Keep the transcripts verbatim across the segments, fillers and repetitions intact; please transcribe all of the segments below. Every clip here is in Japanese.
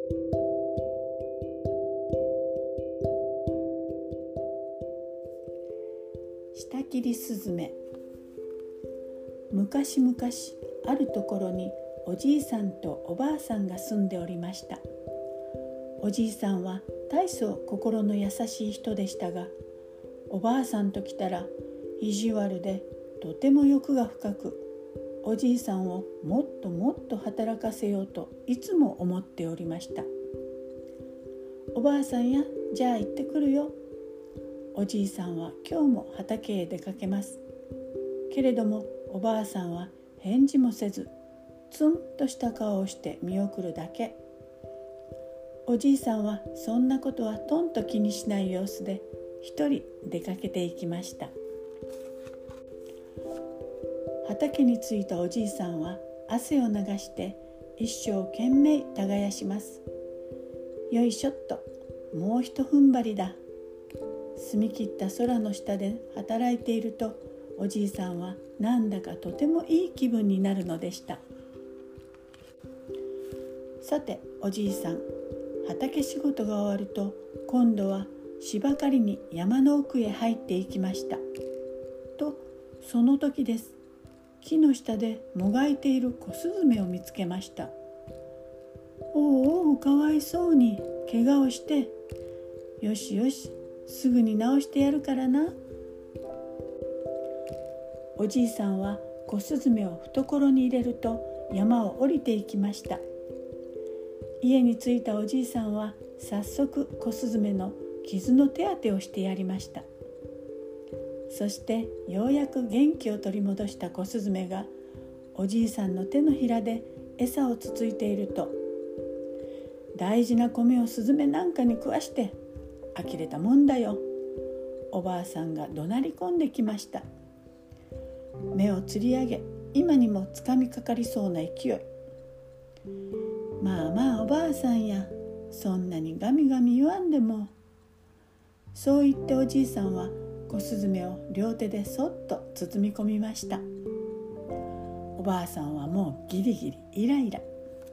下切りすずめ。昔々あるところにおじいさんとおばあさんが住んでおりました。おじいさんは大層心の優しい人でしたが、おばあさんときたら意地悪でとても欲が深く、おじいさんをもっともっと働かせようといつも思っておりました。おばあさんや、じゃあ行ってくるよ。おじいさんは今日も畑へ出かけます。けれどもおばあさんは返事もせず、ツンとした顔をして見送るだけ。おじいさんはそんなことはとんと気にしない様子で一人出かけていきました。畑に着いたおじいさんは汗を流して一生懸命耕します。よいしょっと、もうひと踏ん張りだ。澄み切った空の下で働いていると、おじいさんはなんだかとてもいい気分になるのでした。さておじいさん、畑仕事が終わると今度は芝刈りに山の奥へ入っていきました。とその時です。木の下でもがいている小スズメを見つけました。おうおう、かわいそうに、怪我をして。よしよし、すぐに治してやるからな。おじいさんは小スズメを懐に入れると山を降りていきました。家に着いたおじいさんは早速小スズメの傷の手当てをしてやりました。そしてようやく元気を取り戻した小スズメがおじいさんの手のひらで餌をつついていると、大事な米をスズメなんかに食わして呆れたもんだよ。おばあさんが怒鳴り込んできました。目をつり上げ、今にもつかみかかりそうな勢い。まあまあおばあさんや、そんなにガミガミ言わんでも。そう言っておじいさんは小スズメを両手でそっと包み込みました。おばあさんはもうギリギリイライラ。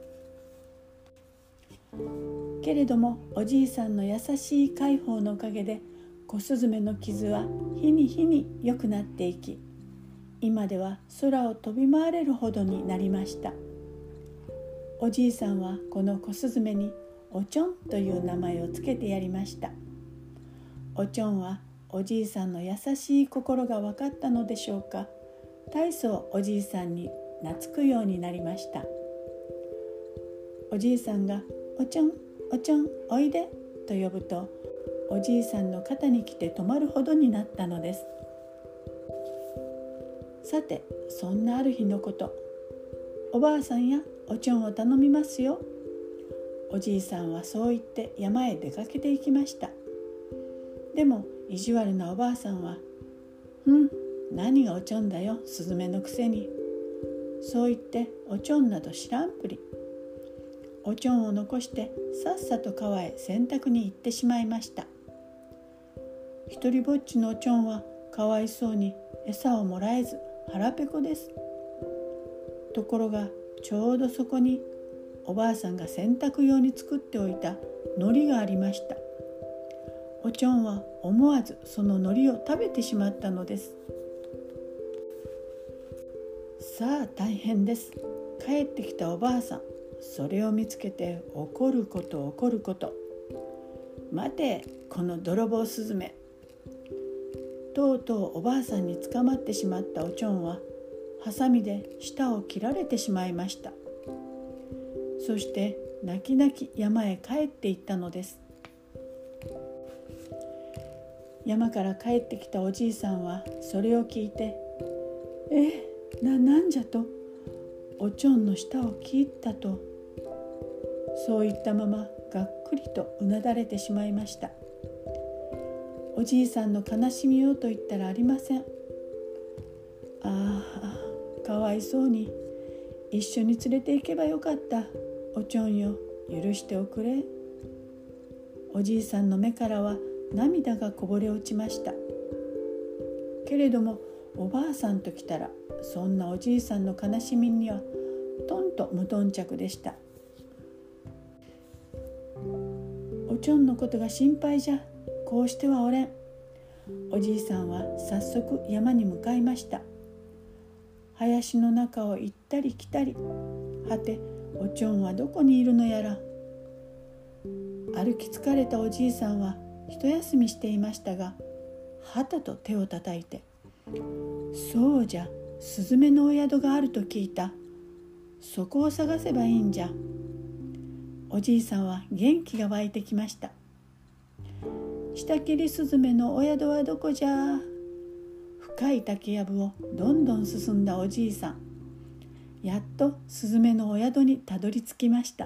けれどもおじいさんの優しい介抱のおかげで小スズメの傷は日に日に良くなっていき、今では空を飛び回れるほどになりました。おじいさんはこの小スズメにおちょんという名前をつけてやりました。おちょんはおじいさんの優しい心が分かったのでしょうか、大層おじいさんに懐くようになりました。おじいさんがおちょんおちょんおいでと呼ぶと、おじいさんの肩に来て止まるほどになったのです。さてそんなある日のこと、おばあさんやおちょんを頼みますよ。おじいさんはそう言って山へ出かけていきました。でも意地悪なおばあさんは、うん、何がおちょんだよ、スズメのくせに。そう言っておちょんなど知らんぷり。おちょんを残してさっさと川へ洗濯に行ってしまいました。一りぼっちのおちょんはかわいそうに餌をもらえず腹ペコです。ところがちょうどそこにおばあさんが洗濯用に作っておいた海苔がありました。おちょんは思わずその海苔を食べてしまったのです。さあ大変です。帰ってきたおばあさん、それを見つけて怒ること怒ること。待て、この泥棒スズメ。とうとうおばあさんに捕まってしまったおちょんはハサミで舌を切られてしまいました。そして泣き泣き山へ帰っていったのです。山から帰ってきたおじいさんはそれを聞いて、え、な、なんじゃと、おちょんの舌を切ったと、そう言ったままがっくりとうなだれてしまいました。おじいさんの悲しみようと言ったらありません。ああ、かわいそうに、一緒に連れて行けばよかった。おちょんよ、許しておくれ。おじいさんの目からは涙がこぼれ落ちました。けれどもおばあさんときたら、そんなおじいさんの悲しみにはとんと無頓着でした。 ちょんのことが心配じゃ。こうしてはおれん。おじいさんは早速山に向かいました。林の中を行ったり来たり。はて、おちょんはどこにいるのやら。歩き疲れたおじいさんは一休みしていましたが、はたと手をたたいて、そうじゃ、スズメのお宿があると聞いた。そこを探せばいいんじゃ。おじいさんは元気が湧いてきました。下切りスズメのお宿はどこじゃ。深い竹やぶをどんどん進んだおじいさん。やっとスズメのお宿にたどり着きました。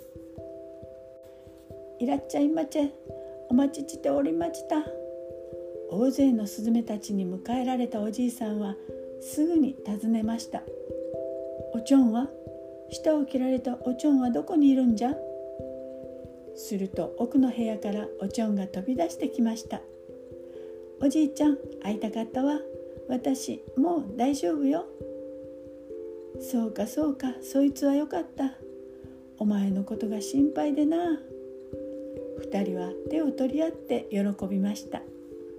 いらっちゃいまちえ、お待ちしておりました。大勢のスズメたちに迎えられたおじいさんはすぐに尋ねました。おちょんは、舌を切られたおちょんはどこにいるんじゃ。すると奥の部屋からおちょんが飛び出してきました。おじいちゃん、会いたかったわ。私もう大丈夫よ。そうかそうか、そいつはよかった。お前のことが心配でな。二人は手を取り合って喜びました。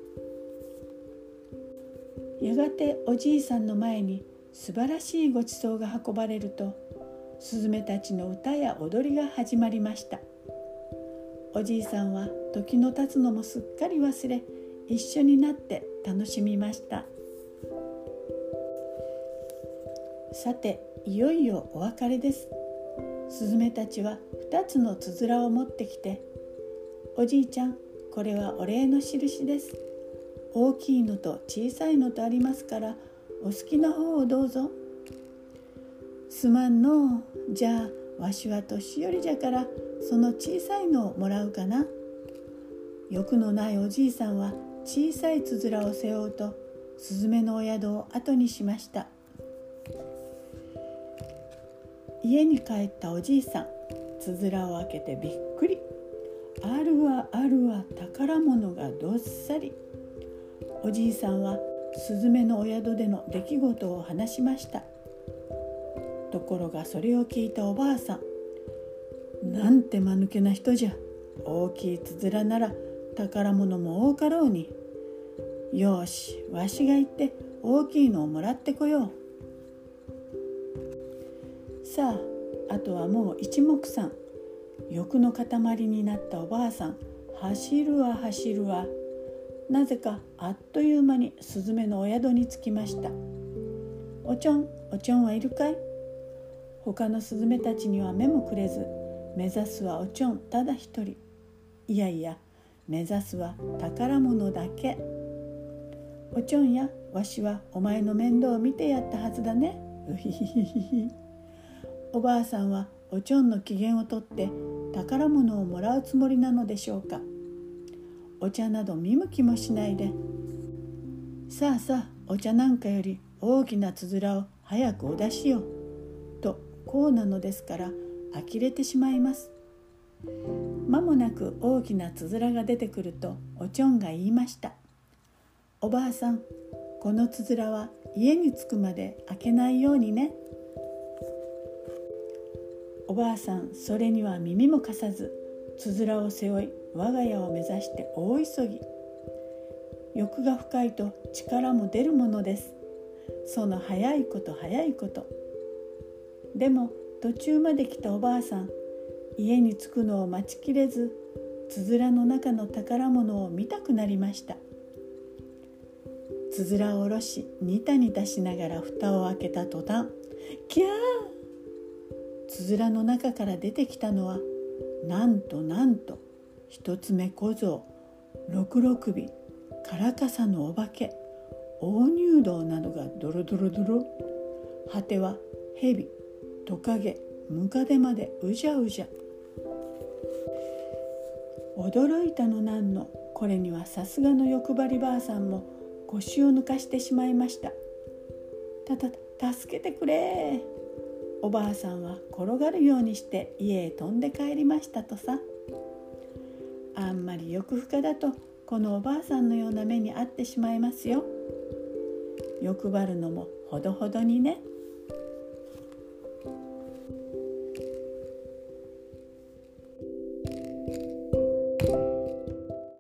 やがておじいさんの前に素晴らしいごちそうが運ばれると、スズメたちの歌や踊りが始まりました。おじいさんは時の経つのもすっかり忘れ、一緒になって楽しみました。さて、いよいよお別れです。スズメたちは二つのつづらを持ってきて、おじいちゃん、これはお礼の印です。大きいのと小さいのとありますから、お好きな方をどうぞ。すまんのう。じゃあわしは年寄りじゃから、その小さいのをもらうかな。欲のないおじいさんは小さいつづらを背負うと、スズメのお宿を後にしました。家に帰ったおじいさん、つづらを開けてびっくり。あるわあるわ、宝物がどっさり。おじいさんはスズメのお宿での出来事を話しました。ところがそれを聞いたおばあさん、なんて間抜けな人じゃ。大きいつづらなら宝物も多かろうに。よし、わしが行って大きいのをもらってこよう。さあ、あとはもう一目散。欲の塊になったおばあさん、走るわ走るわ。なぜかあっという間にスズメのお宿に着きました。おちょん、おちょんはいるかい。他のスズメたちには目もくれず、目指すはおちょんただ一人。いやいや、目指すは宝物だけ。おちょんや、わしはお前の面倒を見てやったはずだね。うひひひひ。おばあさんはおちょんの機嫌をとって宝物をもらうつもりなのでしょうか。お茶など見向きもしないで、さあさあ、お茶なんかより大きなつづらを早くお出しよと、こうなのですから呆れてしまいます。間もなく大きなつづらが出てくると、おちょんが言いました。おばあさん、このつづらは家に着くまで開けないようにね。おばあさん、それには耳も貸さず、つづらを背負い、我が家を目指して大急ぎ。欲が深いと力も出るものです。その早いこと早いこと。でも途中まで来たおばあさん、家に着くのを待ちきれず、つづらの中の宝物を見たくなりました。つづらを下ろし、ニタニタしながら蓋を開けた途端、キャー！つづらの中から出てきたのは、なんとなんと一つ目小僧、六六尾、カラカサのお化け、大入道などがドロドロドロ。果ては蛇、トカゲ、ムカデまでうじゃうじゃ。驚いたのなんの、これにはさすがの欲張りばあさんも腰を抜かしてしまいました。たた助けてくれ。おばあさんは転がるようにして家へ飛んで帰りましたとさ。あんまり欲深だとこのおばあさんのような目に遭ってしまいますよ。欲張るのもほどほどにね。